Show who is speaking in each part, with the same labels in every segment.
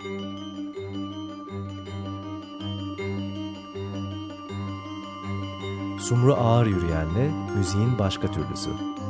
Speaker 1: Sumru Ağır Yürüyen'le müziğin başka türlüsü.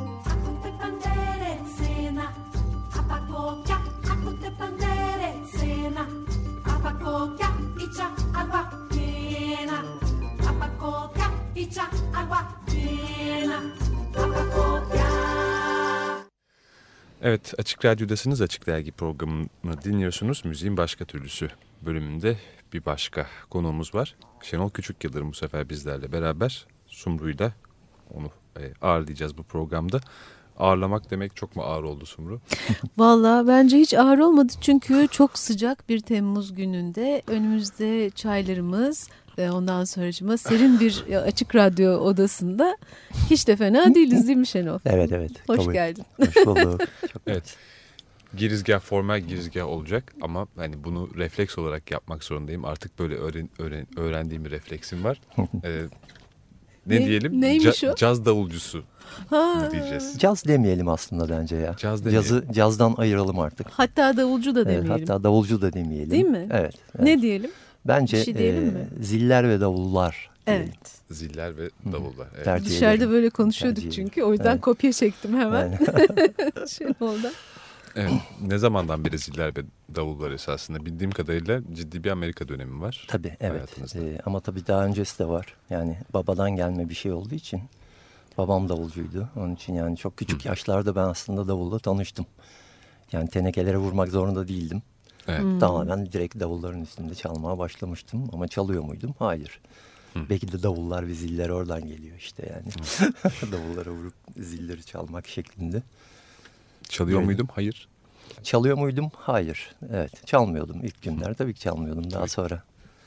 Speaker 2: Evet, Açık Radyo'dasınız. Açık Dergi programını dinliyorsunuz. Müziğin başka türlüsü bölümünde bir başka konuğumuz var. Şenol Küçükyıldırım bu sefer bizlerle beraber. Sumru'yla onu ağırlayacağız bu programda. Ağırlamak demek çok mu ağır oldu Sumru?
Speaker 3: Vallahi bence hiç ağır olmadı çünkü çok sıcak bir Temmuz gününde önümüzde çaylarımız ve ondan sonracığıma serin bir açık radyo odasında hiç de fena değiliz değil mi Şenol?
Speaker 4: Evet evet.
Speaker 3: Hoş geldin.
Speaker 4: Hoş bulduk.
Speaker 2: Evet. Girizgah formal girizgah olacak ama hani bunu refleks olarak yapmak zorundayım. Artık böyle öğrendiğim bir refleksim var. Ne diyelim?
Speaker 3: Neymiş o?
Speaker 2: Caz davulcusu diyeceğiz.
Speaker 4: Caz demeyelim aslında bence ya. Cazı cazdan ayıralım artık.
Speaker 3: Hatta davulcu da demeyelim.
Speaker 4: Hatta davulcu da demeyelim.
Speaker 3: Değil mi?
Speaker 4: Evet.
Speaker 3: Ne diyelim?
Speaker 4: Bence ziller ve davullar.
Speaker 3: Evet.
Speaker 2: Ziller ve davullar.
Speaker 3: Evet. Dışarıda böyle konuşuyorduk çünkü. O yüzden kopya çektim hemen. Şenol'dan.
Speaker 2: Evet. Ne zamandan beri ziller ve davullar esasında? Bildiğim kadarıyla ciddi bir Amerika dönemi var.
Speaker 4: Tabii evet. Ama tabii daha öncesi de var. Yani babadan gelme bir şey olduğu için. Babam davulcuydu. Onun için yani çok küçük yaşlarda ben aslında davulla tanıştım. Yani tenekelere vurmak zorunda değildim. Evet. Tamamen direkt davulların üstünde çalmaya başlamıştım. Ama çalıyor muydum? Hayır. Belki de davullar ve ziller oradan geliyor işte yani. Davullara vurup zilleri çalmak şeklinde.
Speaker 2: Çalıyor muydum? Hayır.
Speaker 4: Çalıyor muydum? Hayır. Evet. Çalmıyordum ilk günler. Tabii ki çalmıyordum. Daha sonra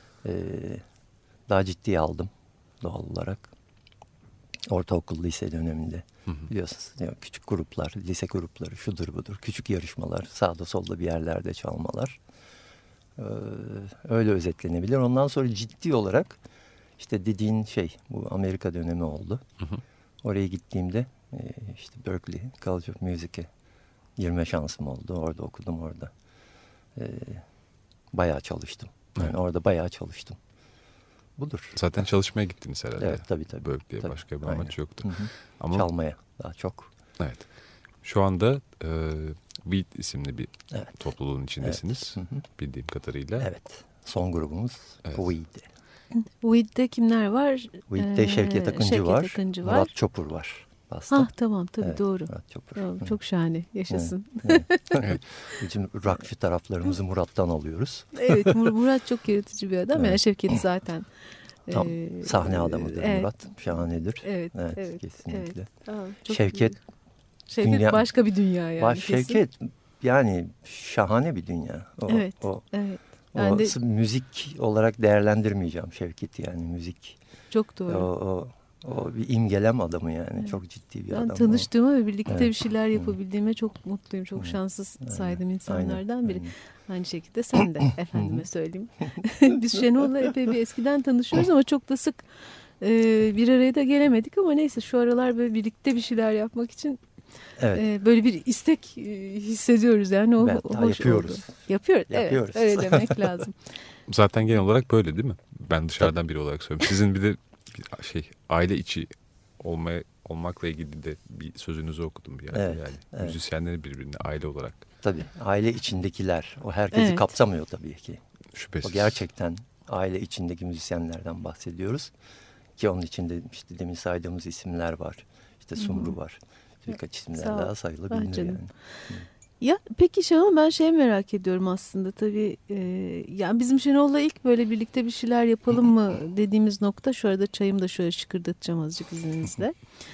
Speaker 4: daha ciddiye aldım doğal olarak. Ortaokul, lise döneminde. Biliyorsunuz küçük gruplar, lise grupları şudur budur. Küçük yarışmalar, sağda solda bir yerlerde çalmalar. Öyle özetlenebilir. Ondan sonra ciddi olarak işte dediğin şey bu Amerika dönemi oldu. Oraya gittiğimde işte Berkeley College of Music'e girme şansım oldu. Orada okudum orada. Bayağı çalıştım. Yani orada bayağı çalıştım. Budur.
Speaker 2: Zaten çalışmaya gittiniz herhalde.
Speaker 4: Evet tabii.
Speaker 2: Berkeley'e
Speaker 4: tabii,
Speaker 2: başka bir amaç yoktu.
Speaker 4: Ama çalmaya daha çok.
Speaker 2: Evet. Şu anda Weed isimli bir topluluğun içindesiniz. Evet. Bildiğim kadarıyla.
Speaker 4: Evet. Son grubumuz Weed.
Speaker 3: Weed'de kimler var?
Speaker 4: Weed'de Şevket Akıncı var. Murat Çopur var. Basta.
Speaker 3: Tamam tabii doğru.
Speaker 4: Murat Çopur.
Speaker 3: Tamam, çok şahane. Yaşasın.
Speaker 4: Evet. Bizim rockçı taraflarımızı Murat'tan alıyoruz.
Speaker 3: Evet Murat çok yaratıcı bir adam. Yani Şevket zaten.
Speaker 4: Tam sahne adamıdır Murat. Şahanedir.
Speaker 3: Evet
Speaker 4: kesinlikle.
Speaker 3: Evet. Tamam,
Speaker 4: Şevket
Speaker 3: başka bir dünya yani.
Speaker 4: Şevket yani şahane bir dünya.
Speaker 3: Evet.
Speaker 4: Yani müzik olarak değerlendirmeyeceğim Şevket'i yani müzik.
Speaker 3: Çok doğru.
Speaker 4: O bir imgelem adamı yani. Evet. Çok ciddi bir adam.
Speaker 3: Ben tanıştığıma ve birlikte bir şeyler yapabildiğime çok mutluyum. Çok şanslı saydığım insanlardan biri. Aynı şekilde sen de efendime söyleyeyim. Biz Şenol'la epey bir eskiden tanışıyoruz ama çok da sık bir araya da gelemedik ama neyse şu aralar böyle birlikte bir şeyler yapmak için böyle bir istek hissediyoruz yani hoş
Speaker 4: yapıyoruz.
Speaker 3: Oldu. Yapıyoruz. Evet, öyle demek lazım.
Speaker 2: Zaten genel olarak böyle değil mi? Ben dışarıdan biri olarak söylüyorum. Sizin bir de aile içi olmakla ilgili de bir sözünüzü okudum bir yerde yani. Müzisyenleri birbirine aile olarak.
Speaker 4: Tabii aile içindekiler o herkesi kapsamıyor tabii ki.
Speaker 2: Şüphesiz.
Speaker 4: O gerçekten aile içindeki müzisyenlerden bahsediyoruz. Ki onun içinde işte demin saydığımız isimler var. İşte Sumru var. Birkaç isimler daha sayılabilir yani.
Speaker 3: Ya peki Şenol ben merak ediyorum aslında tabii yani bizim Şenol'la ilk böyle birlikte bir şeyler yapalım mı dediğimiz nokta şu arada çayımı da şöyle şıkırdatacağım azıcık izninizle.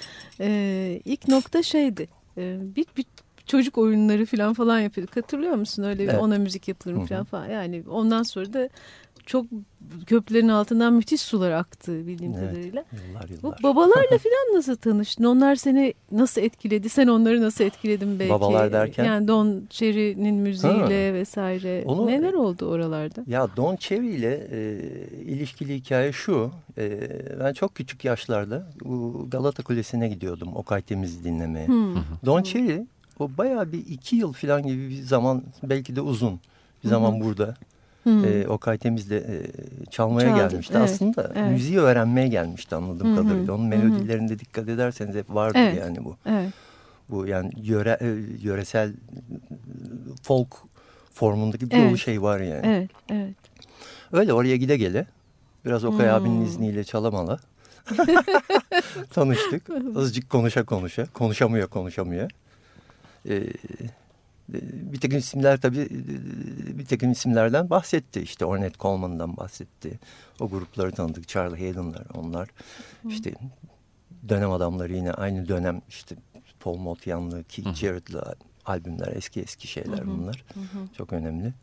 Speaker 3: İlk nokta şeydi bir çocuk oyunları falan yapıyorduk hatırlıyor musun öyle bir ona müzik yapılır falan yani ondan sonra da çok köprülerin altından müthiş sular aktı bildiğim kadarıyla. Yıllar. Bu babalarla falan nasıl tanıştın? Onlar seni nasıl etkiledi? Sen onları nasıl etkiledin belki?
Speaker 4: Babalar derken?
Speaker 3: Yani Don Cherry'nin müziğiyle vesaire. Neler oldu oralarda?
Speaker 4: Ya Don Cherry ile ilişkili hikaye şu. Ben çok küçük yaşlarda Galata Kulesi'ne gidiyordum Okay Temiz'i dinlemeye. Don Cherry o bayağı bir 2 yıl falan gibi bir zaman belki de uzun. Bir zaman burada Okay Temiz de çalmaya
Speaker 3: Çaldı,
Speaker 4: gelmişti.
Speaker 3: evet,
Speaker 4: Aslında
Speaker 3: evet.
Speaker 4: müziği öğrenmeye gelmişti anladığım kadarıyla. Onun melodilerinde dikkat ederseniz hep vardır
Speaker 3: Evet,
Speaker 4: yani bu.
Speaker 3: Evet.
Speaker 4: Bu yani yöresel folk formundaki bir şey var yani.
Speaker 3: Evet, evet.
Speaker 4: Öyle oraya gide gele biraz Okay abinin izniyle çalamalı. Tanıştık. Azıcık konuşamıyor. Bir takım isimlerden bahsetti. İşte Ornette Coleman'dan bahsetti. O grupları tanıdık. Charlie Hayden'lar onlar. İşte dönem adamları yine aynı dönem işte Paul Motian'lı, Keith Jarrett'lı albümler. Eski şeyler bunlar. Çok önemli.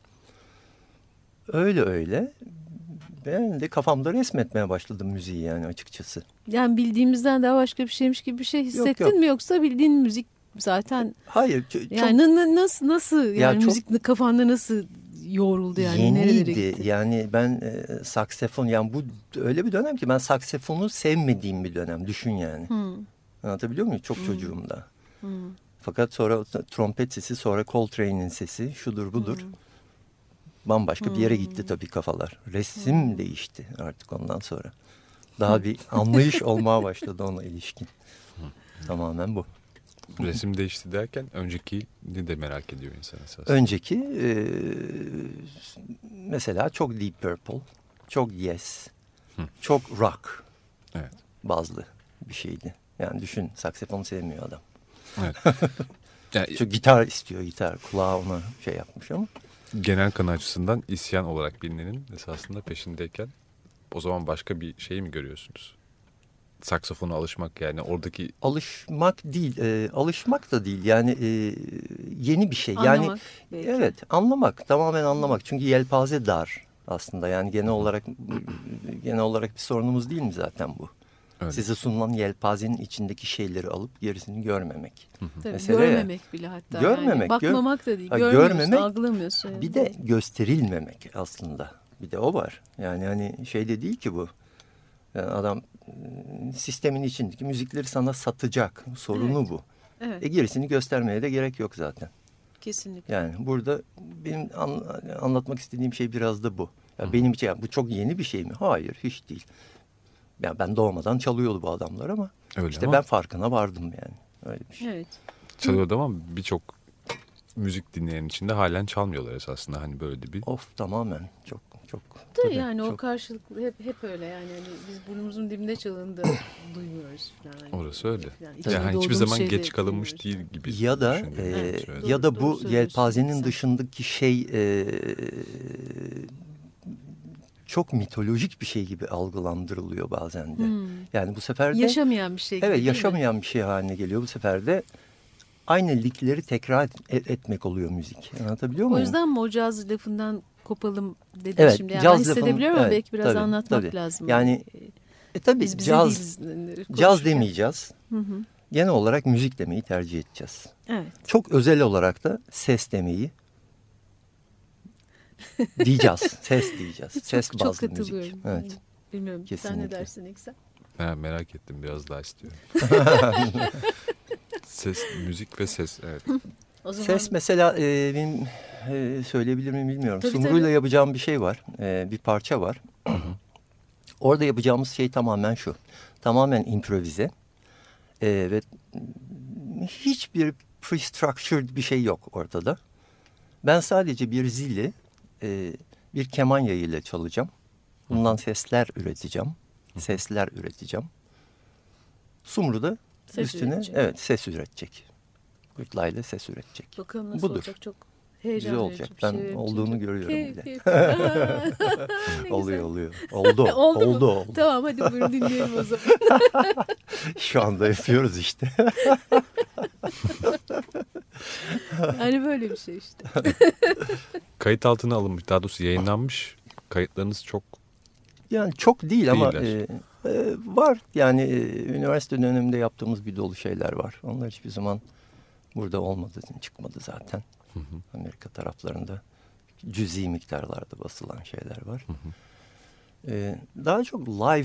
Speaker 4: Öyle. Ben de kafamda resmetmeye başladım müziği yani açıkçası.
Speaker 3: Yani bildiğimizden daha başka bir şeymiş gibi bir şey hissettin
Speaker 4: Yok.
Speaker 3: mi, yoksa bildiğin müzik zaten
Speaker 4: Hayır.
Speaker 3: yani nasıl yani
Speaker 4: Ya
Speaker 3: müzik kafanda nasıl yoğruldu yani, nerelere
Speaker 4: yeniydi.
Speaker 3: gitti?
Speaker 4: Yani ben saksafon, yani bu öyle bir dönem ki ben saksafonu sevmediğim bir dönem, düşün yani. Anlatabiliyor muyum? Çok çocuğumda. Fakat sonra trompet sesi, sonra Coltrane'in sesi, şudur budur. Bambaşka bir yere gitti tabii kafalar. Resim değişti artık ondan sonra. Daha bir anlayış olmaya başladı ona ilişkin. Tamamen bu.
Speaker 2: Resim değişti derken öncekini de merak ediyor insan esasında.
Speaker 4: Önceki mesela çok Deep Purple, çok Yes, çok rock bazlı bir şeydi. Yani düşün, saksafonu sevmiyor adam.
Speaker 2: Evet. Yani,
Speaker 4: çok gitar istiyor, gitar. Kulağı ona şey yapmış ama.
Speaker 2: Genel kanı açısından isyan olarak bilinenin esasında peşindeyken o zaman başka bir şey mi görüyorsunuz? Saksafona alışmak, yani oradaki...
Speaker 4: Alışmak değil, alışmak da değil. Yani yeni bir şey.
Speaker 3: Anlamak
Speaker 4: yani
Speaker 3: belki.
Speaker 4: Evet, anlamak, tamamen anlamak. Çünkü yelpaze dar aslında. Yani genel olarak bir sorunumuz değil mi zaten bu? Evet. Size sunulan yelpazenin içindeki şeyleri alıp gerisini görmemek.
Speaker 3: Tabii,
Speaker 4: Mesele
Speaker 3: görmemek bile hatta.
Speaker 4: Görmemek.
Speaker 3: Yani bakmamak da değil.
Speaker 4: Görmemek,
Speaker 3: algılamıyorsun.
Speaker 4: Bir de gösterilmemek aslında. Bir de o var. Yani hani şey de değil ki bu. Yani adam sistemin içindeki müzikleri sana satacak. Sorunu bu.
Speaker 3: Evet.
Speaker 4: Gerisini göstermeye de gerek yok zaten.
Speaker 3: Kesinlikle.
Speaker 4: Yani burada benim anlatmak istediğim şey biraz da bu. Yani benim için bu çok yeni bir şey mi? Hayır, hiç değil. Yani ben doğmadan çalıyordu bu adamlar ama ben farkına vardım yani. Öyle bir şey.
Speaker 3: Evet.
Speaker 2: Çalıyordu ama birçok müzik dinleyen içinde halen çalmıyorlar esasında, hani böyle de bir...
Speaker 4: Tamamen çok.
Speaker 3: Tabii yani çok... o karşılıklı hep öyle yani. Hani biz burnumuzun dibinde çalındı duymuyoruz falan.
Speaker 2: Orası öyle. Yani hiçbir zaman geç kalınmış değil gibi.
Speaker 4: Ya da bu yelpazenin dışındaki şey çok mitolojik bir şey gibi algılandırılıyor bazen de. Yani bu sefer de
Speaker 3: yaşamayan bir şey gibi.
Speaker 4: Evet, yaşamayan bir şey haline geliyor. Bu sefer de aynı likleri tekrar etmek oluyor müzik. Anlatabiliyor muyum?
Speaker 3: O yüzden mi o caz lafından kopalım dedi şimdi? Yani ben hissedebiliyorum ama belki biraz anlatmak lazım.
Speaker 4: Yani tabii
Speaker 3: biz
Speaker 4: caz demeyeceğiz. Genel olarak müzik demeyi tercih edeceğiz.
Speaker 3: Evet.
Speaker 4: Çok özel olarak da ses demeyi diyeceğiz. Ses diyeceğiz. Ses bazlı müzik. Evet.
Speaker 3: Bilmiyorum.
Speaker 4: Kesinlikle.
Speaker 3: Sen ne dersin İksan?
Speaker 2: Merak ettim, biraz daha istiyorum. Ses, müzik ve ses, evet.
Speaker 3: O zaman...
Speaker 4: Ses mesela benim söyleyebilir miyim bilmiyorum.
Speaker 3: Tabii,
Speaker 4: Sumru'yla yapacağım bir şey var. Bir parça var. Orada yapacağımız şey tamamen şu. Tamamen improvize. Ve hiçbir pre-structured bir şey yok ortada. Ben sadece bir zili, bir keman yayıyla çalacağım. Bundan sesler üreteceğim. Sumru da üstüne ses üretecek. Gırtlağıyla ses üretecek.
Speaker 3: Bakalım nasıl
Speaker 4: budur.
Speaker 3: Olacak, çok heyecan
Speaker 4: güzel olacak. Ben
Speaker 3: şey
Speaker 4: olduğunu görüyorum bile. Oluyor. Oldu mu?
Speaker 3: Tamam, hadi buyurun dinleyelim o zaman.
Speaker 4: Şu anda yapıyoruz işte.
Speaker 3: Yani böyle bir şey işte.
Speaker 2: Kayıt altına alınmış, daha doğrusu yayınlanmış kayıtlarınız çok...
Speaker 4: Yani çok değil ama var. Yani üniversite döneminde yaptığımız bir dolu şeyler var. Onlar hiçbir zaman burada olmadı, çıkmadı zaten. Amerika taraflarında cüzi miktarlarda basılan şeyler var. Daha çok live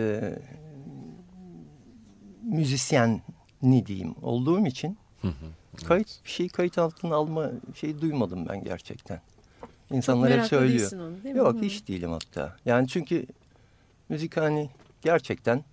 Speaker 4: müzisyenni diyeyim olduğum için kayıt altına alma şeyi duymadım ben gerçekten. İnsanlar hep
Speaker 3: meraklı
Speaker 4: söylüyor.
Speaker 3: değilsin onu, değil mi?
Speaker 4: Yok, hiç değilim hatta. Yani çünkü müzik hani gerçekten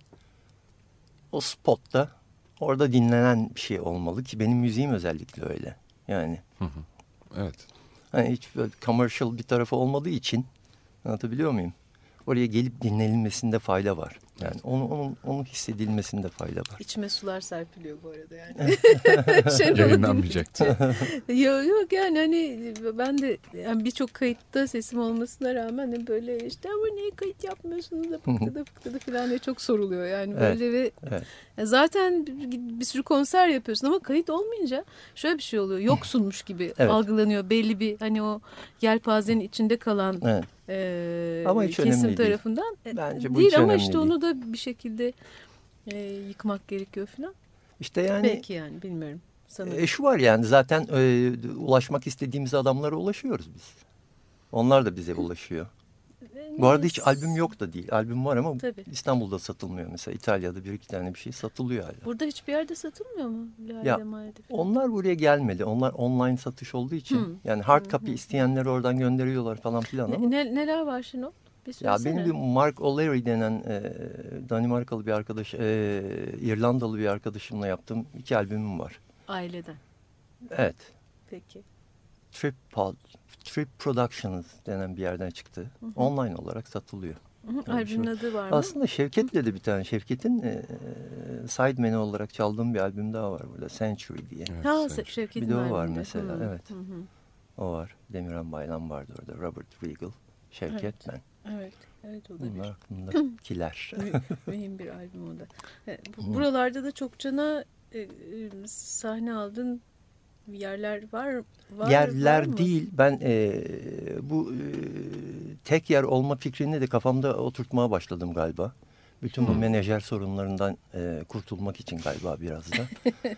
Speaker 4: o spotta orada dinlenen bir şey olmalı ki benim müziğim özellikle öyle. Yani
Speaker 2: Evet.
Speaker 4: hani hiç böyle commercial bir tarafı olmadığı için, anlatabiliyor muyum? Oraya gelip dinlenilmesinde fayda var. Yani onun hissedilmesinde fayda var.
Speaker 3: İçime sular serpiliyor bu arada yani. Şenol'u
Speaker 2: Yayınlanmayacaktı.
Speaker 3: Yok yani hani ben de yani birçok kayıtta sesim olmasına rağmen hani böyle işte ama niye kayıt yapmıyorsunuz da fıktıda falan diye çok soruluyor yani böyle ve zaten bir sürü konser yapıyorsun ama kayıt olmayınca şöyle bir şey oluyor, yoksunmuş gibi algılanıyor belli bir hani o yelpazenin içinde kalan
Speaker 4: ama hiç
Speaker 3: kesim tarafından
Speaker 4: bence bu
Speaker 3: değil
Speaker 4: hiç
Speaker 3: ama
Speaker 4: önemli
Speaker 3: işte
Speaker 4: değil.
Speaker 3: onu da bir şekilde yıkmak gerekiyor falan.
Speaker 4: İşte yani
Speaker 3: belki yani bilmiyorum.
Speaker 4: Şu var yani zaten ulaşmak istediğimiz adamlara ulaşıyoruz biz. Onlar da bize ulaşıyor. Bu arada hiç albüm yok da değil. Albüm var ama
Speaker 3: tabii.
Speaker 4: İstanbul'da satılmıyor mesela. İtalya'da bir iki tane bir şey satılıyor hala.
Speaker 3: Burada hiçbir yerde satılmıyor mu?
Speaker 4: Onlar buraya gelmedi. Onlar online satış olduğu için. Yani hard copy isteyenleri oradan gönderiyorlar falan filan ama.
Speaker 3: Neler var Şenol?
Speaker 4: Ya benim bir Mark O'Leary denen Danimarkalı bir arkadaş, İrlandalı bir arkadaşımla yaptığım 2 albümüm var.
Speaker 3: Aileden.
Speaker 4: Evet.
Speaker 3: Peki.
Speaker 4: Trip Productions denen bir yerden çıktı. Online olarak satılıyor.
Speaker 3: Albümün adı var mı?
Speaker 4: Aslında Şevket'le de bir tane. Şevket'in sideman'i olarak çaldığım bir albüm daha var burada. Century diye.
Speaker 3: Evet, Şevket'in
Speaker 4: bir de o
Speaker 3: albümünde.
Speaker 4: var mesela. Evet. O var. Demirhan Baylan vardı orada. Robert Regal, Şevket, ben.
Speaker 3: Evet o da
Speaker 4: bunlar aklımdakiler.
Speaker 3: Mühim bir albüm o da. Buralarda da çokçana sahne aldın yerler var
Speaker 4: Yerler
Speaker 3: mı?
Speaker 4: değil. Ben bu tek yer olma fikrini de kafamda oturtmaya başladım galiba. Bütün bu menajer sorunlarından kurtulmak için galiba biraz da.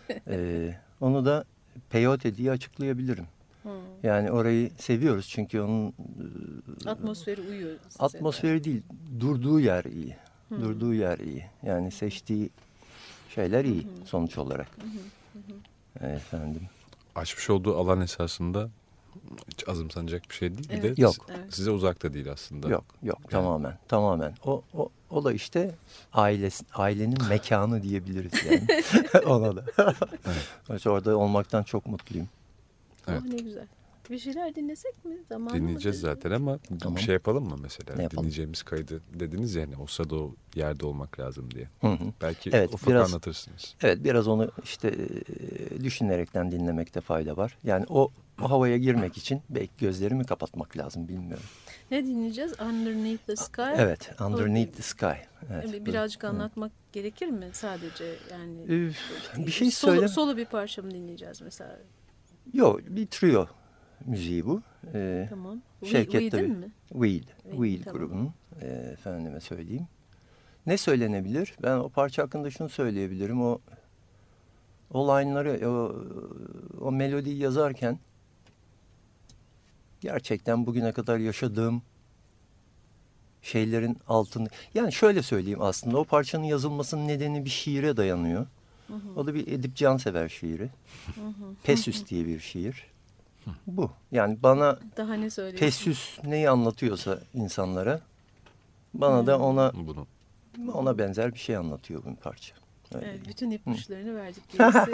Speaker 4: Onu da peyote diye açıklayabilirim. Yani orayı seviyoruz çünkü onun
Speaker 3: atmosferi uyuyor size.
Speaker 4: Atmosferi değil, durduğu yer iyi. Durduğu yer iyi. Yani seçtiği şeyler iyi sonuç olarak. Efendim.
Speaker 2: Açmış olduğu alan esasında hiç azımsanacak bir şey değil. Bir de
Speaker 4: yok.
Speaker 2: Size uzak da değil aslında.
Speaker 4: Yok. Yani. Tamamen. O da işte ailenin mekanı diyebiliriz yani. Ona da. Evet. Orada olmaktan çok mutluyum.
Speaker 2: Evet.
Speaker 3: Ne güzel. Bir şeyler dinlesek mi?
Speaker 2: Dinleyeceğiz zaten ama bir şey yapalım mı mesela?
Speaker 4: Yapalım.
Speaker 2: Dinleyeceğimiz kaydı dediniz ya hani olsa da o yerde olmak lazım diye. Belki ufak
Speaker 4: biraz
Speaker 2: anlatırsınız.
Speaker 4: Evet, biraz onu işte düşünerekten dinlemekte fayda var. Yani o havaya girmek için belki gözlerimi kapatmak lazım, bilmiyorum.
Speaker 3: Ne dinleyeceğiz? Underneath the Sky?
Speaker 4: Evet, Underneath the Sky. Evet,
Speaker 3: birazcık anlatmak gerekir mi sadece? Yani
Speaker 4: bir şey söyle.
Speaker 3: Solo bir parça mı dinleyeceğiz mesela?
Speaker 4: Yok, bir trio müziği bu.
Speaker 3: Tamam.
Speaker 4: Şevket tabii.
Speaker 3: Mi?
Speaker 4: Weed
Speaker 3: tamam.
Speaker 4: grubunun. Efendime söyleyeyim. Ne söylenebilir? Ben o parça hakkında şunu söyleyebilirim. O line'ları, o melodiyi yazarken gerçekten bugüne kadar yaşadığım şeylerin altında. Yani şöyle söyleyeyim, aslında o parçanın yazılmasının nedeni bir şiire dayanıyor. O da bir Edip Cansever şiiri. Pesüs diye bir şiir. Bu. Yani bana
Speaker 3: daha ne
Speaker 4: Pesüs neyi anlatıyorsa insanlara, bana da ona benzer bir şey anlatıyor bu parça.
Speaker 3: Evet, bütün ipuçlarını verdik. Birisi...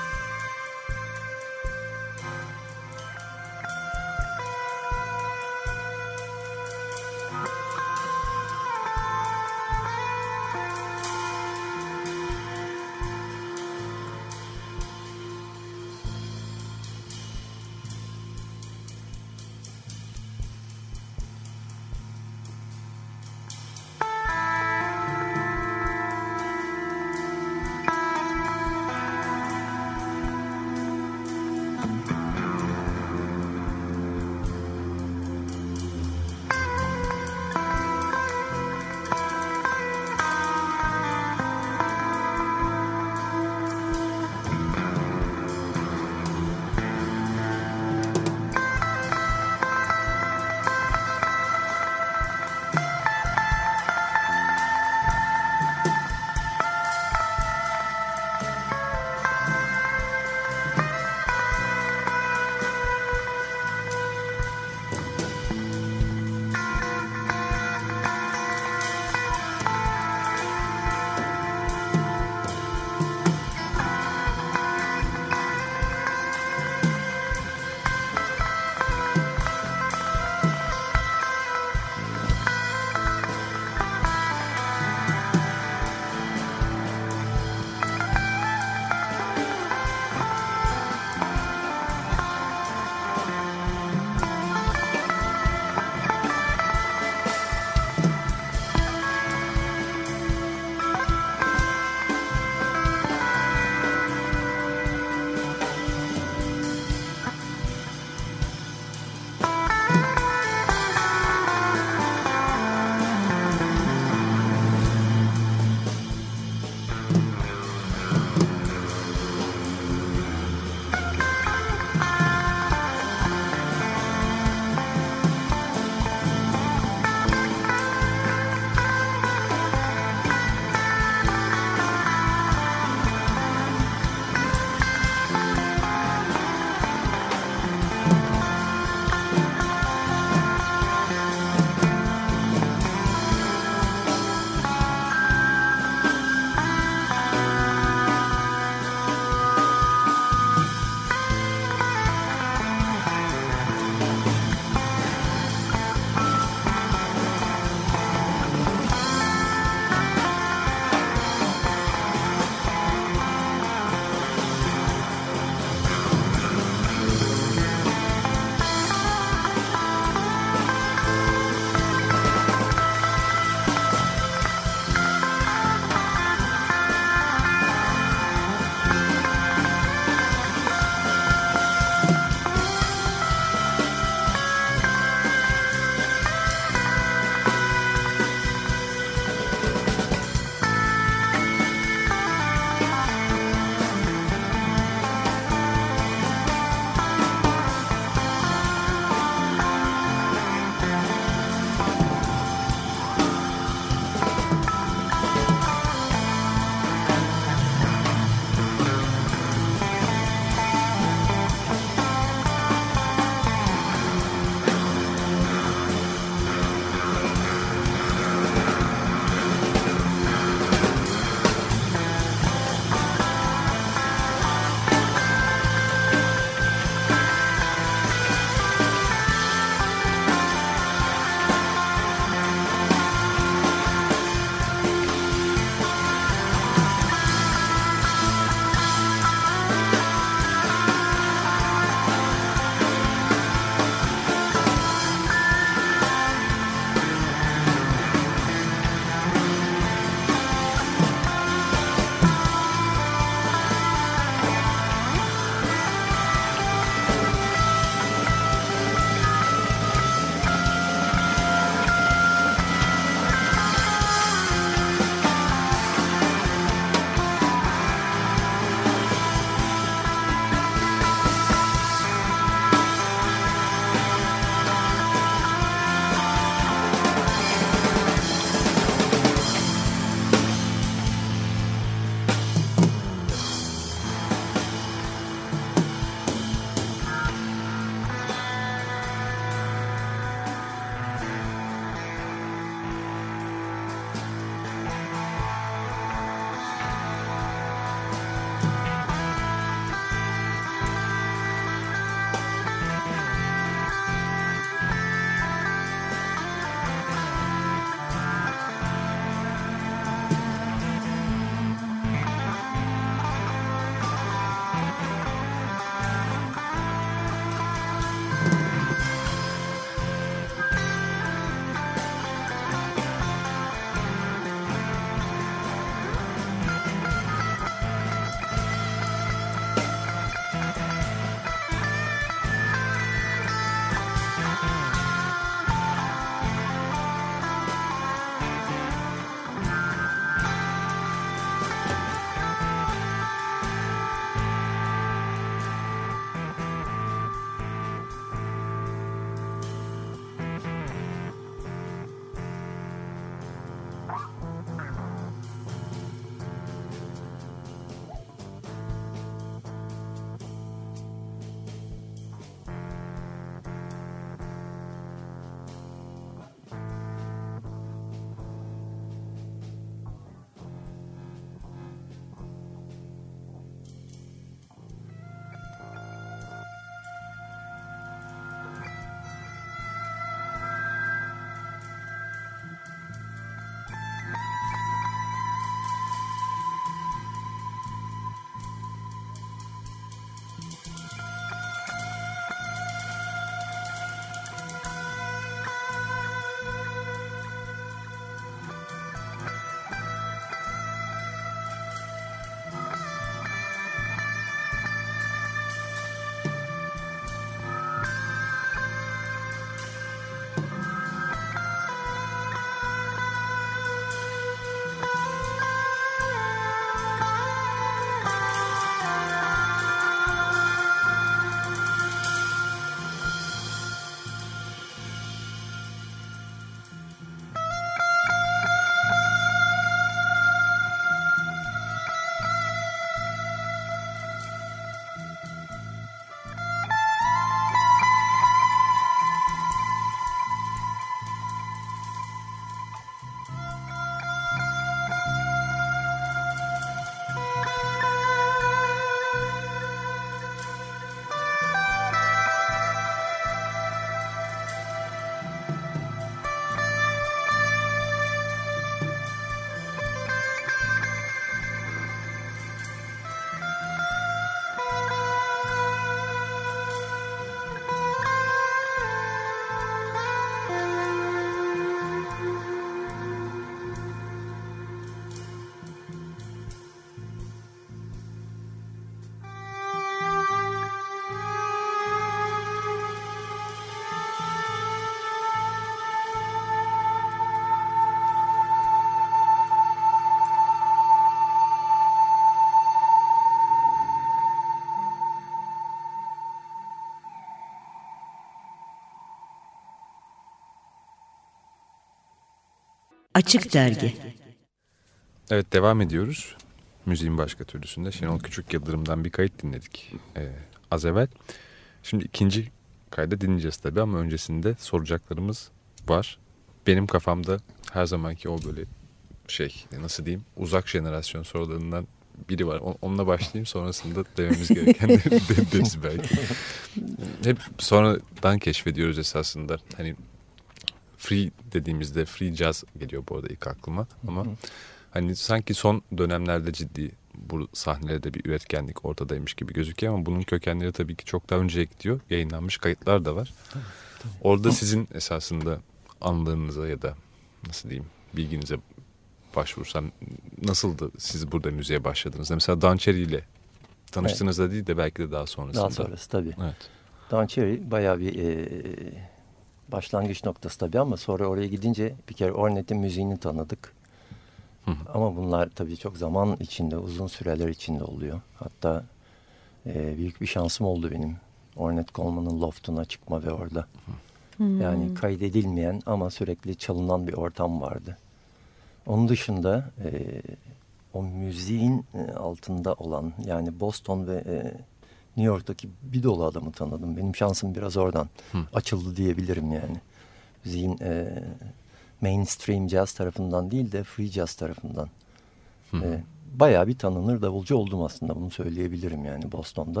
Speaker 5: Açık Dergi.
Speaker 2: Evet, devam ediyoruz. Müziğin başka türlüsünde Şenol Küçük Yıldırım'dan bir kayıt dinledik az evvel. Şimdi ikinci kaydı dinleyeceğiz tabii ama öncesinde soracaklarımız var. Benim kafamda her zamanki o böyle nasıl diyeyim, uzak jenerasyon sorularından biri var. Onunla başlayayım, sonrasında dememiz gerekenleri deriz belki. Hep sonradan keşfediyoruz esasında. Hani free dediğimizde free jazz geliyor bu arada ilk aklıma ama hani sanki son dönemlerde ciddi bu sahnelerde bir üretkenlik ortadaymış gibi gözüküyor ama bunun kökenleri tabii ki çok daha önce gidiyor. Yayınlanmış kayıtlar da var. Tabii. Orada sizin esasında anılarınıza ya da nasıl diyeyim bilginize başvursam nasıldı siz burada müziğe başladığınızda? Mesela Dan Cherry ile tanıştığınızda değil de belki de daha sonrasında.
Speaker 4: Daha sonrası tabii.
Speaker 2: Evet.
Speaker 4: Dan Cherry bayağı bir başlangıç noktası tabii ama sonra oraya gidince bir kere Ornet'in müziğini tanıdık. Ama bunlar tabii çok zaman içinde, uzun süreler içinde oluyor. Hatta büyük bir şansım oldu benim. Ornette Coleman'ın loftuna çıkma ve orada. Yani kaydedilmeyen ama sürekli çalınan bir ortam vardı. Onun dışında o müziğin altında olan yani Boston ve New York'taki bir dolu adamı tanıdım. Benim şansım biraz oradan açıldı diyebilirim yani. Müziğin mainstream jazz tarafından değil de free jazz tarafından. Bayağı bir tanınır davulcu oldum aslında, bunu söyleyebilirim yani Boston'da.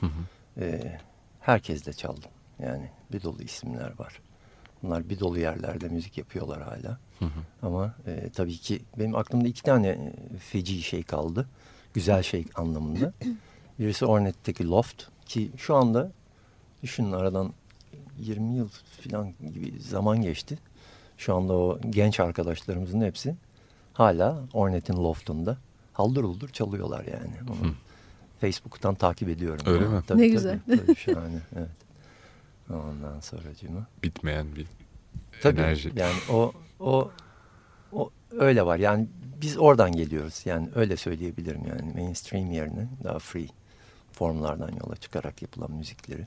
Speaker 4: Herkesle çaldım. Yani bir dolu isimler var. Bunlar bir dolu yerlerde müzik yapıyorlar hala. Ama tabii ki benim aklımda 2 tane feci şey kaldı. Güzel şey anlamında. Birisi Ornette'teki Loft ki şu anda düşünün aradan 20 yıl falan gibi zaman geçti. Şu anda o genç arkadaşlarımızın hepsi hala Ornette'in Loft'unda haldır huldur çalıyorlar yani. Onu Facebook'tan takip ediyorum.
Speaker 2: Öyle mi?
Speaker 3: Tabii, ne güzel.
Speaker 4: Tabii, şahane. Evet. Ondan sonracığıma.
Speaker 2: Bitmeyen bir
Speaker 4: tabii,
Speaker 2: enerji.
Speaker 4: Yani o öyle var. Yani biz oradan geliyoruz. Yani öyle söyleyebilirim yani. Mainstream yerine daha free formlardan yola çıkarak yapılan müzikleri.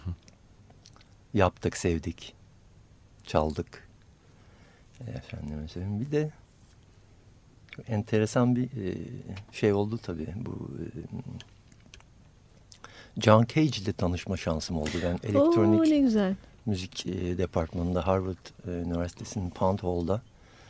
Speaker 4: Yaptık, sevdik. Çaldık. Efendim söyleyeyim. Bir de çok enteresan bir şey oldu tabii. Bu John Cage ile tanışma şansım oldu. Ben elektronik
Speaker 3: ne güzel.
Speaker 4: müzik departmanında Harvard Üniversitesi'nin Pound Hall'da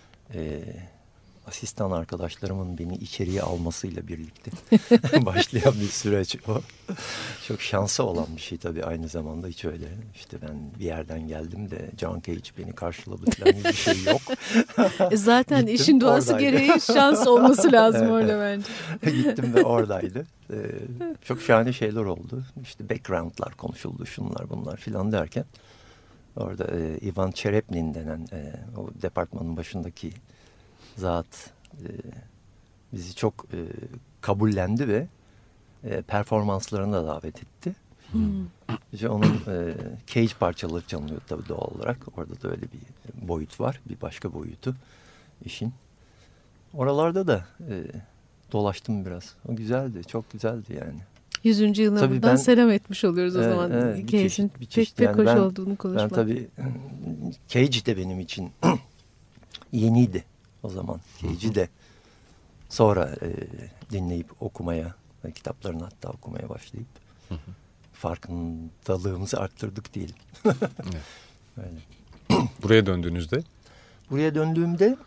Speaker 4: asistan arkadaşlarımın beni içeriye almasıyla birlikte başlayan bir süreç o. Çok şansı olan bir şey tabii aynı zamanda, hiç öyle. İşte ben bir yerden geldim de John Cage beni karşıladı falan bir şey yok.
Speaker 3: Zaten
Speaker 4: Gittim,
Speaker 3: işin doğası
Speaker 4: oradaydı.
Speaker 3: gereği şans olması lazım
Speaker 4: Evet,
Speaker 3: orada bence.
Speaker 4: Gittim ve oradaydı. Çok şahane şeyler oldu. İşte backgroundlar konuşuldu, şunlar bunlar filan derken. Orada Ivan Cherepnin denen o departmanın başındaki zat bizi çok kabullendi ve performanslarına davet etti. İşte onun Cage parçaları çalınıyor tabii doğal olarak. Orada da öyle bir boyut var. Bir başka boyutu işin. Oralarda da dolaştım biraz. O güzeldi. Çok güzeldi yani.
Speaker 3: 100. yılına
Speaker 4: Tabii
Speaker 3: buradan selam etmiş oluyoruz o zaman.
Speaker 4: Evet,
Speaker 3: Cage'in pek
Speaker 4: yani
Speaker 3: hoş olduğunu konuşmak.
Speaker 4: Ben tabii Cage de benim için yeniydi o zaman. Cage'i de sonra dinleyip okumaya, kitaplarını hatta okumaya başlayıp farkındalığımızı arttırdık diyelim. Öyle.
Speaker 2: Buraya döndüğünüzde?
Speaker 4: Buraya döndüğümde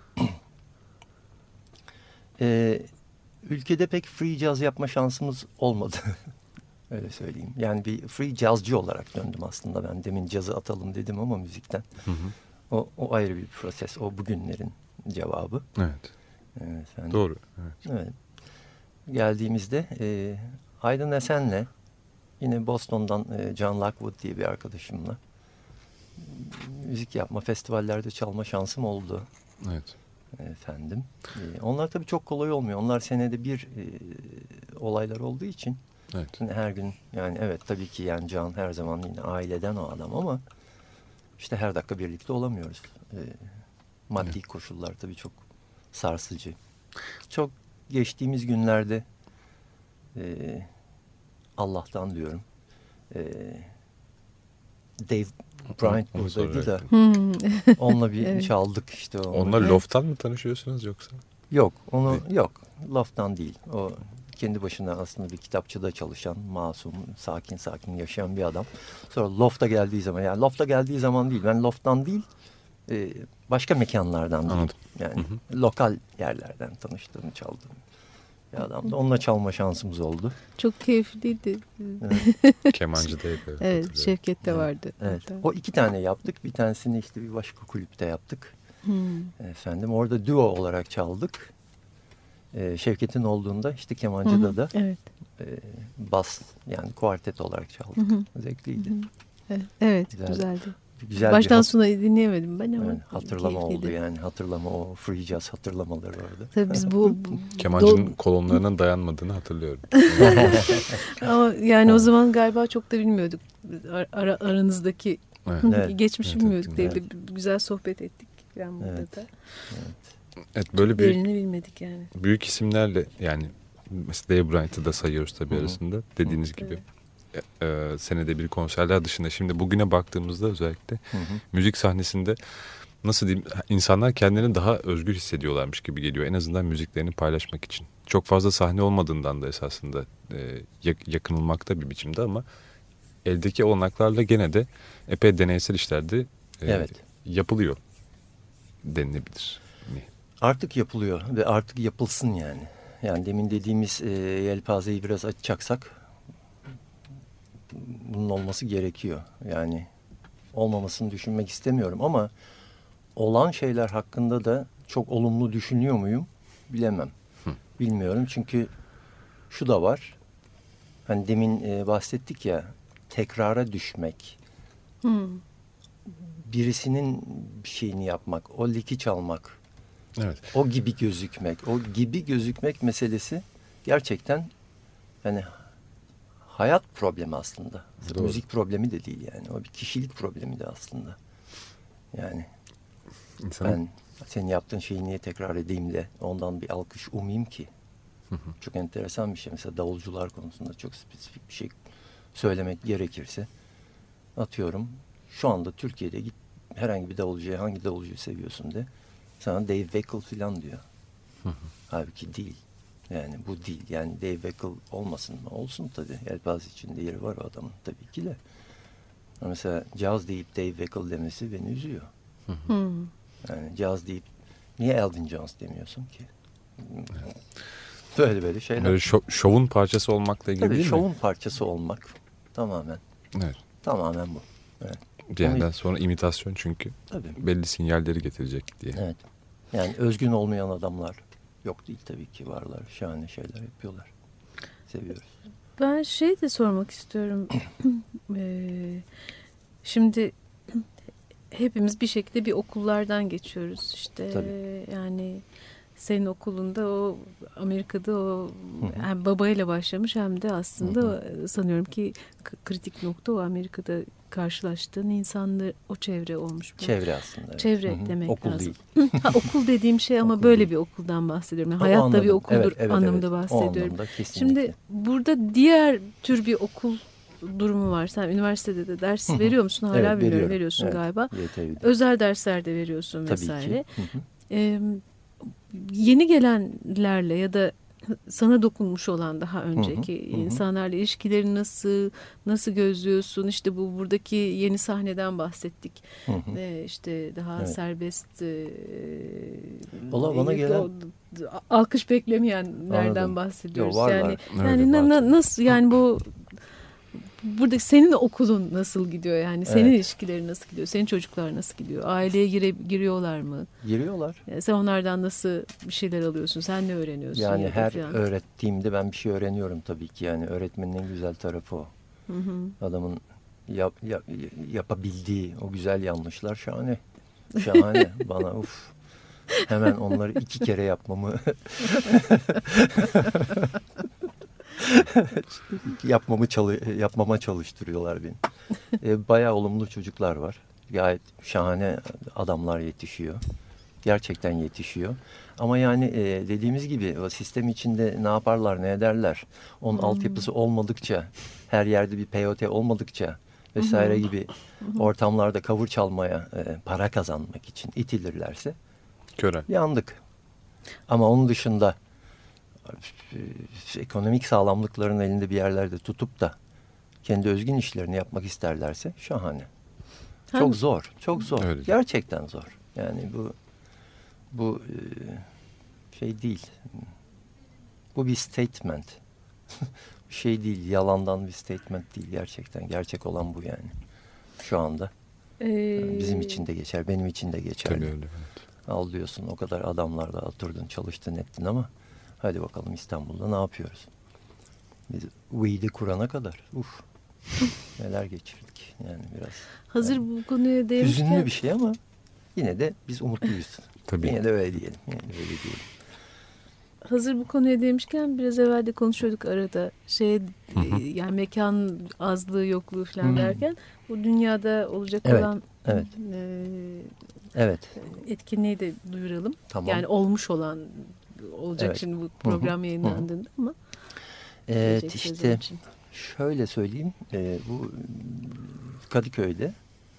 Speaker 4: ülkede pek free jazz yapma şansımız olmadı. Öyle söyleyeyim. Yani bir free jazzcı olarak döndüm aslında. Ben demin cazı atalım dedim ama müzikten. O ayrı bir proses. O bugünlerin cevabı.
Speaker 2: Evet.
Speaker 4: Efendim.
Speaker 2: Doğru.
Speaker 4: Evet. Geldiğimizde Aydın Esen'le yine Boston'dan John Lockwood diye bir arkadaşımla müzik yapma, festivallerde çalma şansım oldu.
Speaker 2: Evet.
Speaker 4: Efendim. Onlar tabii çok kolay olmuyor. Onlar senede bir olaylar olduğu için.
Speaker 2: Evet.
Speaker 4: Yani her gün yani evet tabii ki yani Can her zaman yine aileden o adam ama işte her dakika birlikte olamıyoruz. Maddi koşullar tabii çok sarsıcı. Çok geçtiğimiz günlerde Allah'tan diyorum Bryant
Speaker 2: Onu
Speaker 4: buradaydı da
Speaker 2: soracaktım.
Speaker 4: onunla bir
Speaker 3: Evet.
Speaker 4: çaldık işte.
Speaker 2: Onlar Loft'tan mı tanışıyorsunuz yoksa?
Speaker 4: Yok, yok. Loft'tan değil. O kendi başına aslında bir kitapçıda çalışan, masum, sakin yaşayan bir adam. Sonra Loft'a geldiği zaman, yani Loft'a geldiği zaman değil, ben Loft'tan değil, başka mekanlardan değil.
Speaker 2: Anladım.
Speaker 4: Yani lokal yerlerden tanıştığım, çaldığım bir adamdı. Onunla çalma şansımız oldu.
Speaker 3: Çok keyifliydi.
Speaker 2: Kemancı da yapıyor.
Speaker 3: Evet, Şevket de vardı.
Speaker 4: Evet.
Speaker 3: Hatta.
Speaker 4: O 2 tane yaptık. Bir tanesini işte bir başka kulüpte yaptık.
Speaker 3: Hmm.
Speaker 4: Efendim orada duo olarak çaldık. Şevket'in olduğunda işte kemancıda da
Speaker 3: Evet.
Speaker 4: bas yani kuartet olarak çaldık. Zevkliydi.
Speaker 3: Evet,
Speaker 4: Güzeldi.
Speaker 3: güzeldi.
Speaker 4: Güzel
Speaker 3: Baştan
Speaker 4: bir
Speaker 3: sona dinleyemedim ben ama
Speaker 4: yani hatırlama
Speaker 3: keyifliydi.
Speaker 4: oldu yani. Hatırlama, o free jazz hatırlamaları vardı.
Speaker 3: Tabii biz bu
Speaker 2: Kemancının kolonlarının dayanmadığını hatırlıyorum.
Speaker 3: ama yani o zaman galiba çok da bilmiyorduk. Aranızdaki
Speaker 2: Evet.
Speaker 3: geçmişi
Speaker 2: Evet,
Speaker 3: bilmiyorduk.
Speaker 2: evet.
Speaker 3: Evde güzel sohbet ettik. Yani burada
Speaker 4: Evet.
Speaker 3: da.
Speaker 2: Evet, böyle büyük
Speaker 3: Yerini bilmedik yani.
Speaker 2: büyük isimlerle, yani mesela Dave Bryant'ı da sayıyoruz tabii arasında. Dediğiniz gibi. Senede bir konserler dışında şimdi bugüne baktığımızda özellikle müzik sahnesinde nasıl diyeyim, insanlar kendilerini daha özgür hissediyorlarmış gibi geliyor. En azından müziklerini paylaşmak için. Çok fazla sahne olmadığından da esasında yakınılmakta bir biçimde, ama eldeki olanaklarla gene de epey deneysel işlerde
Speaker 4: Evet.
Speaker 2: yapılıyor denilebilir.
Speaker 4: Artık yapılıyor ve artık yapılsın yani. Yani demin dediğimiz yelpazeyi biraz açacaksak bunun olması gerekiyor. Yani olmamasını düşünmek istemiyorum ama olan şeyler hakkında da çok olumlu düşünüyor muyum bilemem. Bilmiyorum çünkü şu da var. Hani demin bahsettik ya, tekrara düşmek. Birisinin bir şeyini yapmak, o liki çalmak.
Speaker 2: Evet.
Speaker 4: O gibi gözükmek. O gibi gözükmek meselesi gerçekten yani hayat problemi aslında.
Speaker 2: Doğru.
Speaker 4: Müzik problemi de değil yani. O bir kişilik problemi de aslında. Yani ben senin yaptığın şeyi niye tekrar edeyim de ondan bir alkış umayım ki? Çok enteresan bir şey. Mesela davulcular konusunda çok spesifik bir şey söylemek gerekirse, atıyorum şu anda Türkiye'de git herhangi bir davulcuya, hangi davulcuyu seviyorsun de, sana Dave Weckl falan diyor. Halbuki değil. Yani bu değil. Yani Dave Weckl olmasın mı? Olsun tabii. Yelpaze içinde yeri var o adamın tabii ki de. Ama mesela caz deyip Dave Weckl demesi beni üzüyor. Yani caz deyip niye Elvin Jones demiyorsun ki? Böyle şeyler.
Speaker 2: Böyle şovun parçası olmakla ilgili
Speaker 4: tabii,
Speaker 2: değil mi?
Speaker 4: şovun parçası olmak tamamen.
Speaker 2: Evet.
Speaker 4: Tamamen bu. Evet.
Speaker 2: Bir yerden sonra imitasyon, çünkü
Speaker 4: Tabii.
Speaker 2: belli sinyalleri getirecek diye.
Speaker 4: Evet. Yani özgün olmayan adamlar yok değil tabii ki, varlar. Şahane şeyler yapıyorlar. Seviyoruz.
Speaker 3: Ben şey de sormak istiyorum. Şimdi hepimiz bir şekilde bir okullardan geçiyoruz. İşte yani senin okulunda o Amerika'da o hem babayla başlamış hem de aslında sanıyorum ki kritik nokta o Amerika'da karşılaştığın insanlar, o çevre olmuş.
Speaker 4: Çevre aslında. Evet.
Speaker 3: Çevre demek
Speaker 4: okul
Speaker 3: lazım.
Speaker 4: Değil.
Speaker 3: Okul dediğim şey ama
Speaker 4: Okul
Speaker 3: böyle
Speaker 4: değil.
Speaker 3: bir okuldan bahsediyorum. Yani
Speaker 4: O
Speaker 3: hayatta
Speaker 4: anladım.
Speaker 3: bir okuldur
Speaker 4: Evet,
Speaker 3: anlamda
Speaker 4: O
Speaker 3: bahsediyorum.
Speaker 4: anlamda kesinlikle.
Speaker 3: Şimdi burada diğer tür bir okul durumu var. Sen üniversitede de ders veriyor musun? Hala
Speaker 4: Evet,
Speaker 3: bilmiyorum.
Speaker 4: veriyorum.
Speaker 3: Veriyorsun
Speaker 4: Evet,
Speaker 3: galiba.
Speaker 4: YTV'de.
Speaker 3: Özel derslerde de veriyorsun
Speaker 4: Tabii
Speaker 3: vesaire.
Speaker 4: ki.
Speaker 3: Yeni gelenlerle ya da sana dokunmuş olan daha önceki insanlarla ilişkileri nasıl gözlüyorsun? İşte buradaki yeni sahneden bahsettik. İşte daha serbest
Speaker 4: Valla bana gelen
Speaker 3: alkış beklemeyenlerden
Speaker 4: Anladım.
Speaker 3: bahsediyoruz.
Speaker 4: Yo, var,
Speaker 3: yani
Speaker 4: var.
Speaker 3: yani nasıl yani burada senin okulun nasıl gidiyor, yani senin ilişkilerin nasıl gidiyor, senin çocuklar nasıl gidiyor, aileye giriyorlar mı?
Speaker 4: Giriyorlar.
Speaker 3: Yani sen onlardan nasıl bir şeyler alıyorsun, sen ne öğreniyorsun?
Speaker 4: Yani her
Speaker 3: falan.
Speaker 4: öğrettiğimde ben bir şey öğreniyorum tabii ki. Yani öğretmenin en güzel tarafı o. Adamın yapabildiği o güzel yanlışlar şahane. Şahane. Bana hemen onları 2 kere yapmama çalıştırıyorlar beni. Bayağı olumlu çocuklar var. Gayet şahane adamlar yetişiyor. Gerçekten yetişiyor. Ama yani dediğimiz gibi o sistem içinde ne yaparlar, ne ederler? Onun altyapısı olmadıkça, her yerde bir POT olmadıkça, vesaire gibi ortamlarda cover çalmaya para kazanmak için itilirlerse
Speaker 2: Körel.
Speaker 4: yandık. Ama onun dışında ekonomik sağlamlıklarını elinde bir yerlerde tutup da kendi özgün işlerini yapmak isterlerse şahane. Çok zor, çok zor.
Speaker 2: Öyle.
Speaker 4: Gerçekten zor. Yani bu şey değil. Bu bir statement. Şey değil, yalandan bir statement değil gerçekten. Gerçek olan bu yani. Şu anda. Bizim için de geçer, benim için de geçer.
Speaker 2: Tabii öyle. Evet.
Speaker 4: Al diyorsun, o kadar adamlarla oturdun, çalıştın, ettin ama hadi bakalım İstanbul'da ne yapıyoruz? Biz Weed'i kurana kadar. Neler geçirdik yani biraz.
Speaker 3: Hazır
Speaker 4: yani,
Speaker 3: bu konuya değmişken.
Speaker 4: hüzünlü bir şey ama yine de biz umutluyuz.
Speaker 2: Tabii.
Speaker 4: Yine de öyle diyelim.
Speaker 3: Hazır bu konuya değmişken biraz evvel de konuşuyorduk arada. Yani mekan azlığı yokluğu falan derken bu dünyada olacak olan etkinliği de duyuralım.
Speaker 4: Tamam.
Speaker 3: Yani olmuş olan olacak şimdi bu program yayınlandığında ama
Speaker 4: işte şöyle söyleyeyim, bu Kadıköy'de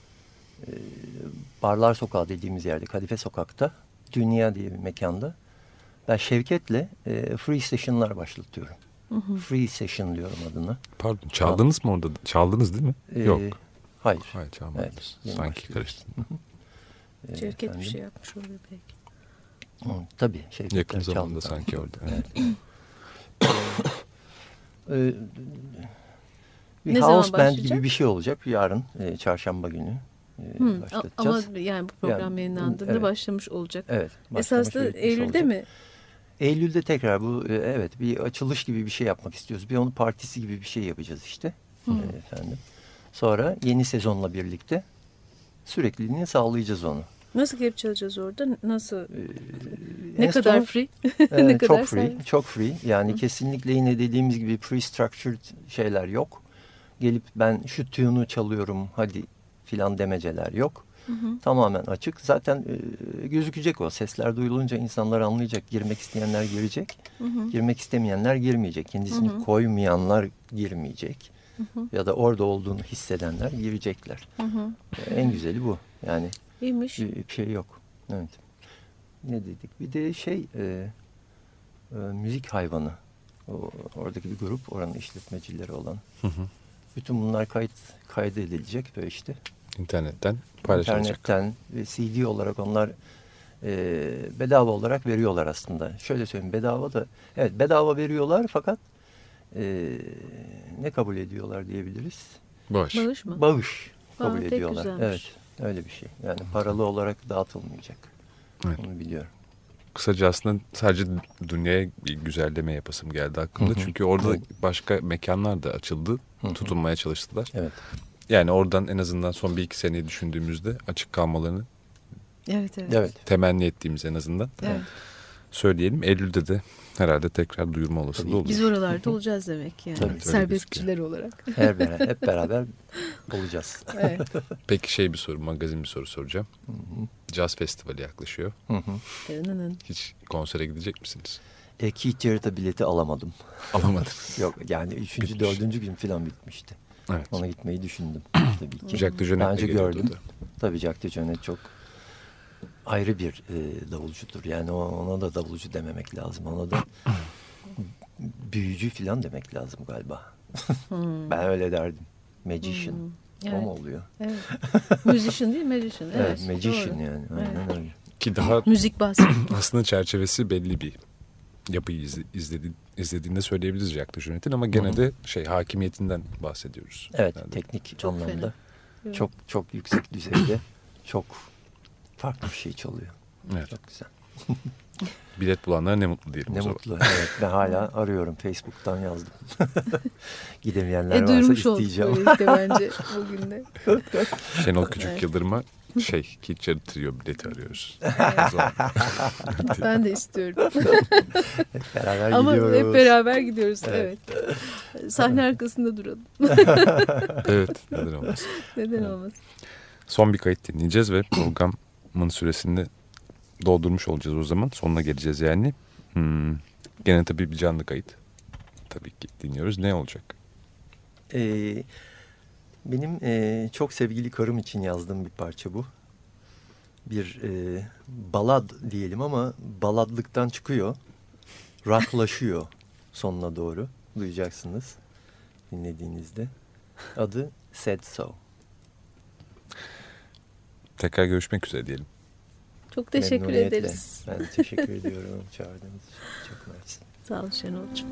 Speaker 4: Barlar Sokağı dediğimiz yerde, Kadife Sokak'ta Dünya diye bir mekanda ben Şevket'le free session'lar başlatıyorum. Free session diyorum adına.
Speaker 2: Pardon, çaldınız mı orada? Çaldınız değil mi? Yok.
Speaker 4: Hayır.
Speaker 2: Hayır, çalmadınız.
Speaker 4: Evet,
Speaker 2: sanki karıştı.
Speaker 3: Şevket bir şey yapmış orada belki.
Speaker 4: Tabii.
Speaker 2: Yakın zamanda sanki orada. Evet.
Speaker 4: Bir house band gibi bir şey olacak yarın çarşamba günü başlatacağız.
Speaker 3: Ama yani bu program yayınlandığında başlamış olacak.
Speaker 4: Evet.
Speaker 3: Esas da Eylül'de olacak. Mi?
Speaker 4: Eylül'de tekrar bu bir açılış gibi bir şey yapmak istiyoruz. Bir onun partisi gibi bir şey yapacağız işte. Efendim. Sonra yeni sezonla birlikte sürekliliğini sağlayacağız onu.
Speaker 3: Nasıl keyif çalacağız orada? Nasıl? Ne kadar free?
Speaker 4: Ne kadar çok free. Çok free. Yani kesinlikle yine dediğimiz gibi pre-structured şeyler yok. Gelip ben şu tune'u çalıyorum hadi filan demeceler yok. Tamamen açık. Zaten gözükecek o. Sesler duyulunca insanlar anlayacak. Girmek isteyenler girecek. Girmek istemeyenler girmeyecek. Kendisini koymayanlar girmeyecek. Ya da orada olduğunu hissedenler girecekler. En güzeli bu. Yani
Speaker 3: İyiymiş.
Speaker 4: Bir şey yok. Evet. Ne dedik? Bir de müzik hayvanı. Oradaki bir grup, oranın işletmecileri olan. Bütün bunlar kaydedilecek böyle işte.
Speaker 2: İnternetten paylaşılacak.
Speaker 4: İnternetten ve CD olarak onlar bedava olarak veriyorlar aslında. Şöyle söyleyeyim, bedava da, evet bedava veriyorlar fakat ne kabul ediyorlar diyebiliriz?
Speaker 3: Bağış mı?
Speaker 4: Bağış kabul ediyorlar.
Speaker 3: Güzelmiş.
Speaker 4: Evet. Öyle bir şey. Yani paralı olarak dağıtılmayacak. Evet. Onu biliyorum.
Speaker 2: Kısaca aslında sadece dünyaya bir güzelleme yapasım geldi aklımda. Çünkü orada başka mekanlar da açıldı. Tutunmaya çalıştılar.
Speaker 4: Evet.
Speaker 2: Yani oradan en azından son 1-2 seneyi düşündüğümüzde açık kalmalarını temenni ettiğimiz en azından söyleyelim. Eylül'de de herhalde tekrar duyurma olasılığı olur.
Speaker 3: Biz oralarda olacağız demek yani.
Speaker 2: Tabii,
Speaker 3: serbestçiler olarak.
Speaker 4: Hep beraber olacağız.
Speaker 3: Evet.
Speaker 2: Peki bir soru, magazin bir soru soracağım. Caz Festivali yaklaşıyor. Hiç konsere gidecek misiniz?
Speaker 4: Keith Jarrett'a bileti alamadım.
Speaker 2: Alamadınız.
Speaker 4: Yok yani 3. 4. gün falan bitmişti.
Speaker 2: Evet.
Speaker 4: Ona gitmeyi düşündüm tabii ki.
Speaker 2: Jack DeJohnette'le
Speaker 4: gördüm. Tabii Jack DeJohnette çok ayrı bir davulcudur. Yani ona da davulcu dememek lazım. Ona da büyücü falan demek lazım galiba. Ben öyle derdim. Magician.
Speaker 3: Evet.
Speaker 4: O mu oluyor?
Speaker 3: Evet. Musician değil, magician.
Speaker 4: Evet, magician doğru. Yani. Aynen öyle.
Speaker 2: Ki daha
Speaker 3: müzik bahsi.
Speaker 2: Aslında çerçevesi belli bir yapıyı izlediğinde söyleyebiliriz Jack DeJohnette'in ama gene de hakimiyetinden bahsediyoruz.
Speaker 4: Evet,
Speaker 2: yani
Speaker 4: teknik çok anlamda çok yüksek düzeyde çok farklı bir şey çalıyor.
Speaker 2: Evet.
Speaker 4: Çok güzel.
Speaker 2: Bilet bulanlara ne mutlu diyelim.
Speaker 4: Ne mutlu. Evet, ben hala arıyorum. Facebook'tan yazdım. Gidemeyenler varsa isteyeceğim.
Speaker 3: Duymuş olduk işte bence bugün de.
Speaker 2: Şenol Küçük Yıldırım'a Keith Jarrett Trio bileti arıyoruz.
Speaker 3: Ben de istiyorum.
Speaker 4: Hep beraber
Speaker 3: ama
Speaker 4: gidiyoruz.
Speaker 3: Hep beraber gidiyoruz. Evet. Sahne arkasında duralım.
Speaker 2: Evet. Neden olmasın?
Speaker 3: Neden olmasın?
Speaker 2: Son bir kayıt dinleyeceğiz ve programın süresini doldurmuş olacağız o zaman. Sonuna geleceğiz yani. Gene tabii bir canlı kayıt. Tabii ki dinliyoruz. Ne olacak?
Speaker 4: Benim çok sevgili karım için yazdığım bir parça bu. Bir balad diyelim ama baladlıktan çıkıyor. Rocklaşıyor sonuna doğru. Duyacaksınız dinlediğinizde. Adı Said So.
Speaker 2: Tekrar görüşmek üzere diyelim.
Speaker 3: Çok teşekkür ederiz.
Speaker 4: Ben teşekkür ediyorum çağırdığınız için. Çok mersi.
Speaker 3: Sağ ol Şenol'cum.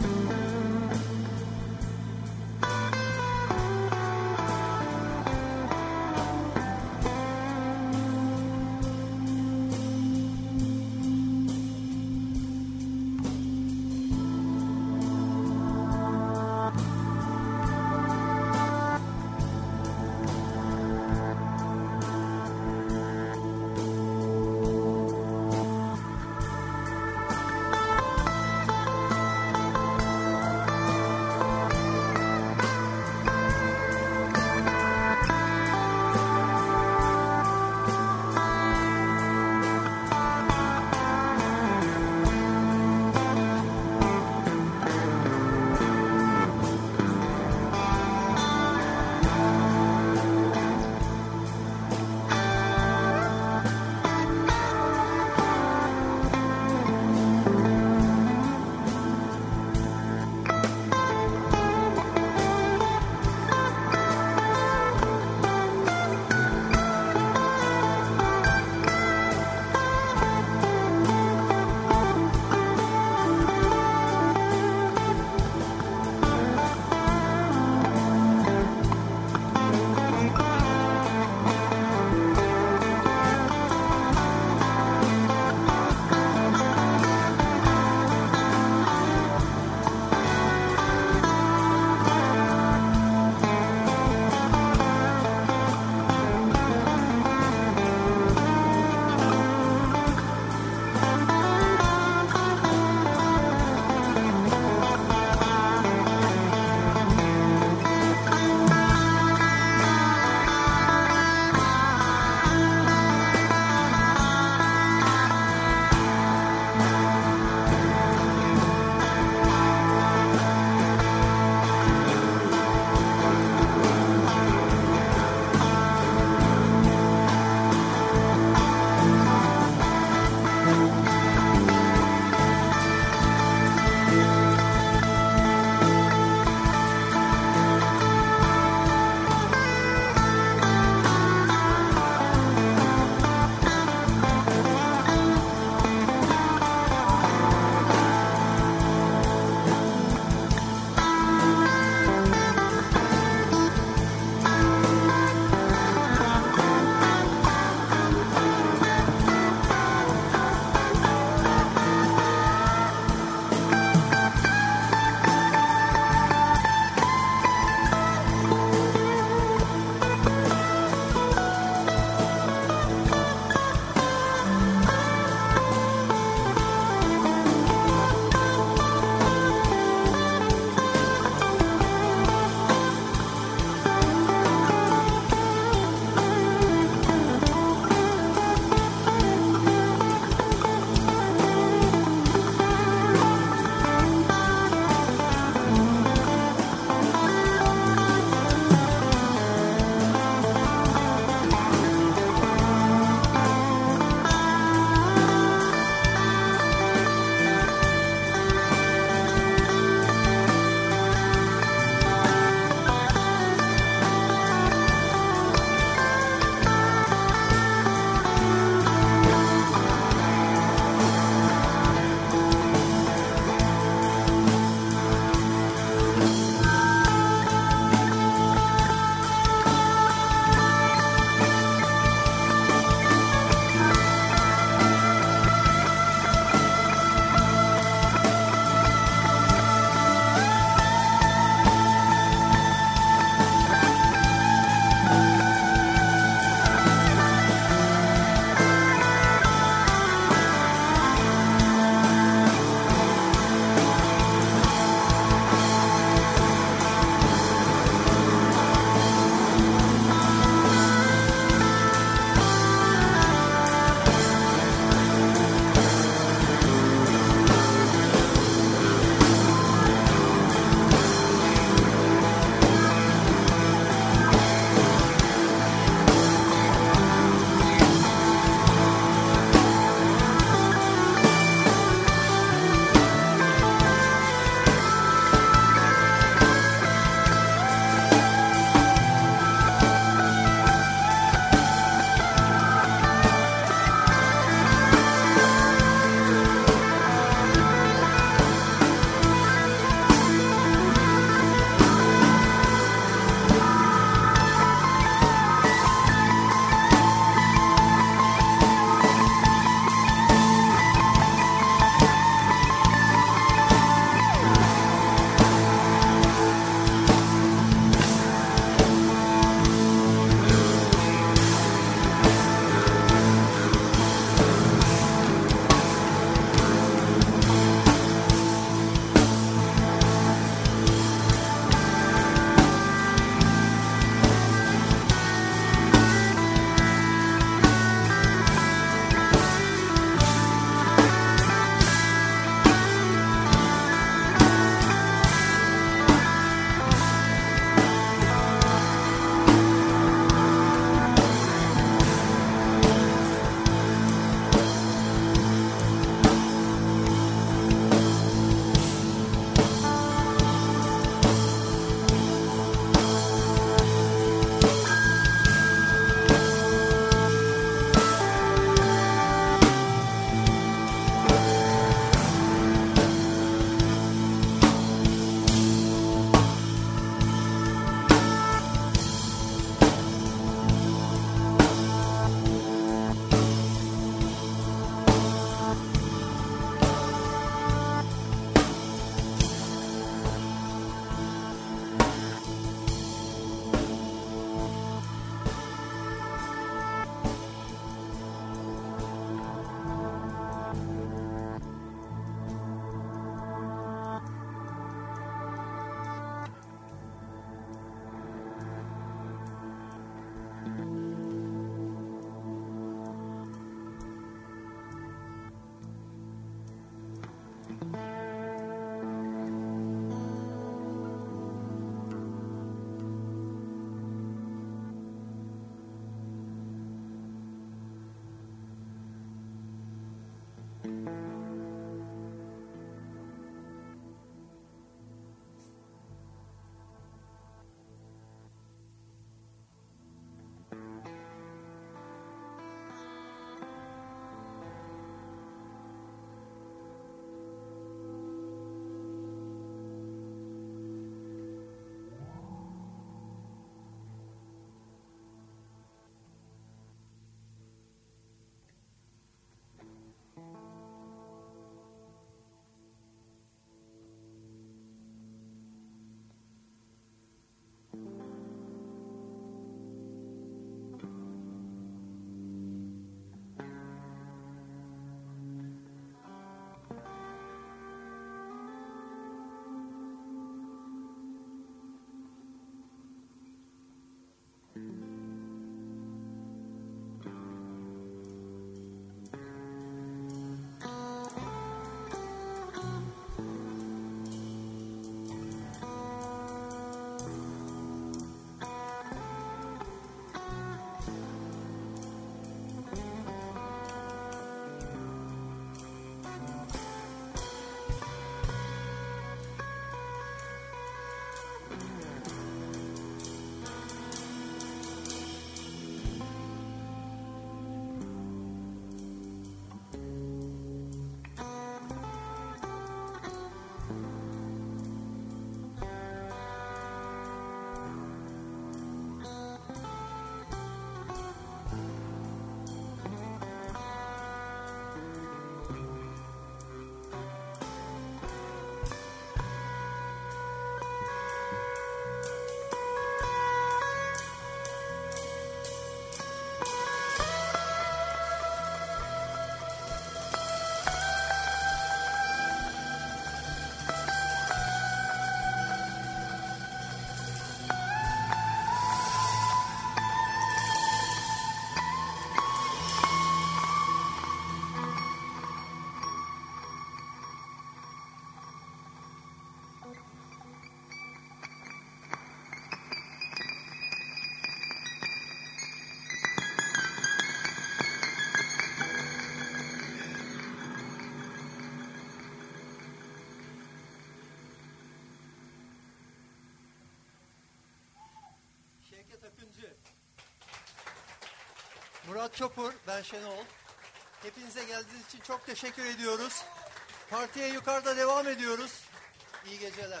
Speaker 5: Murat Çopur, ben Şenol. Hepinize geldiğiniz için çok teşekkür ediyoruz. Partiye yukarıda devam ediyoruz. İyi geceler.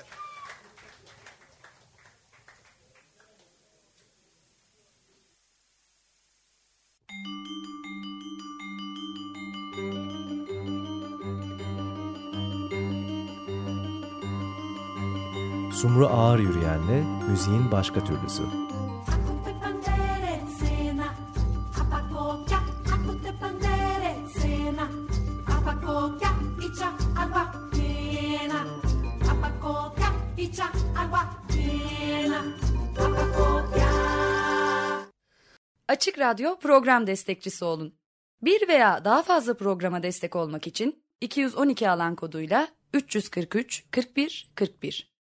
Speaker 1: Sumru Ağır Yürüyen'le müziğin başka türlüsü.
Speaker 6: Açık Radyo program destekçisi olun. Bir veya daha fazla programa destek olmak için 212 alan koduyla 343 41 41